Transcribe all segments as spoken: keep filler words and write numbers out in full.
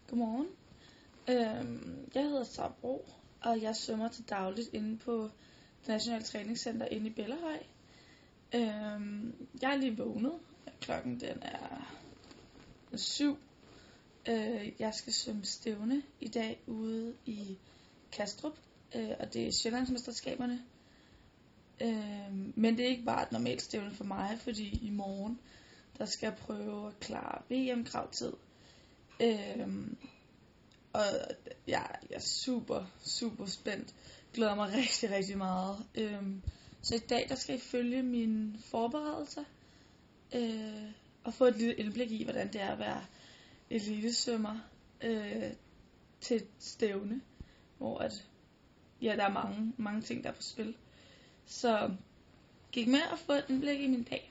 Godmorgen. Øhm, jeg hedder Sara Bro, og jeg svømmer til dagligt inde på det nationale træningscenter inde i Bellahøj. Øhm, jeg er lige vågnet. Klokken den er syv. Øh, jeg skal svømme stævne i dag ude i Kastrup, øh, og det er Sjællandsmesterskaberne. Øh, men det er ikke bare et normalt stævne for mig, fordi i morgen der skal jeg prøve at klare V M-kravtid. Øhm, og ja, jeg er super, super spændt. Glæder mig rigtig, rigtig meget. Øhm, så i dag der skal jeg følge mine forberedelser øh, og få et lille indblik i, hvordan det er at være elitesvømmer øh, til et stævne, hvor at, ja, der er mange, mange ting, der er på spil. Så gik med at få et indblik i min dag.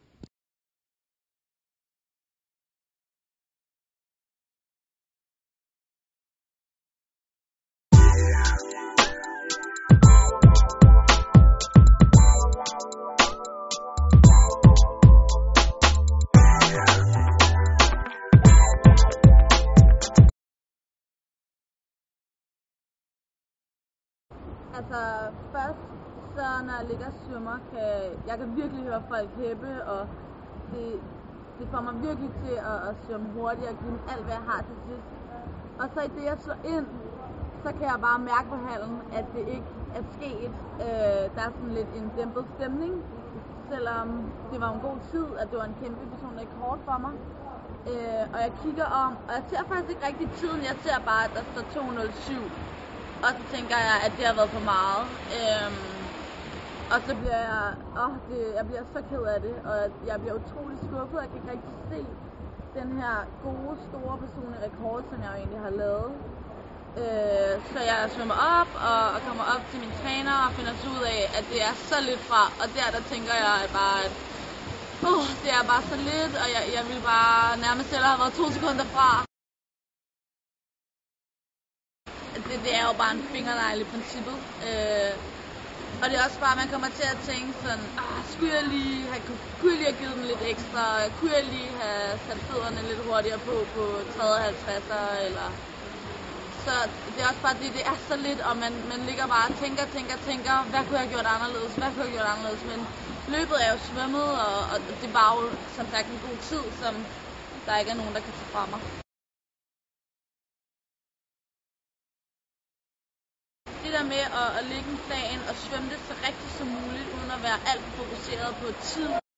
Altså først, så når jeg ligger og svømmer, kan jeg kan virkelig høre folk hæppe, og det, det får mig virkelig til at, at svømme hurtigt og give dem alt, hvad jeg har til sidst. Og så i det, jeg slår ind, så kan jeg bare mærke på hallen, at det ikke er sket. Øh, der er sådan lidt en dæmpet stemning, selvom det var en god tid, at det var en kæmpe personlig rekord for mig. Øh, og jeg kigger om, og jeg ser faktisk ikke rigtig tiden, jeg ser bare, at der står to nul syv. Og så tænker jeg, at det har været for meget. Øhm, og så bliver jeg, åh, det, jeg bliver så ked af det, og jeg bliver utrolig skuffet. Jeg kan ikke rigtig se den her gode, store personlige rekord, som jeg jo egentlig har lavet. Øh, så jeg svømmer op og, og kommer op til min træner og finder så ud af, at det er så lidt fra. Og der, der tænker jeg at bare, at uh, det er bare så lidt, og jeg, jeg vil bare nærmest selv have været to sekunder fra. Det, det er jo bare en fingernegl i princippet. Øh, og det er også bare, at man kommer til at tænke sådan, ah, skulle jeg lige have, kunne jeg lige have givet den lidt ekstra, kunne jeg lige have sat fødderne lidt hurtigere på på tredje halvtredser, eller... Så det er også bare det, det er så lidt, og man, man ligger bare og tænker, tænker, tænker, hvad kunne jeg have gjort anderledes, hvad kunne jeg have gjort anderledes, men løbet er jo svømmet, og, og det var jo som sagt en god tid, som der ikke er nogen, der kan tage fra mig. Det der med at, at lægge en plan og svømme det så rigtigt som muligt, uden at være alt for fokuseret på tid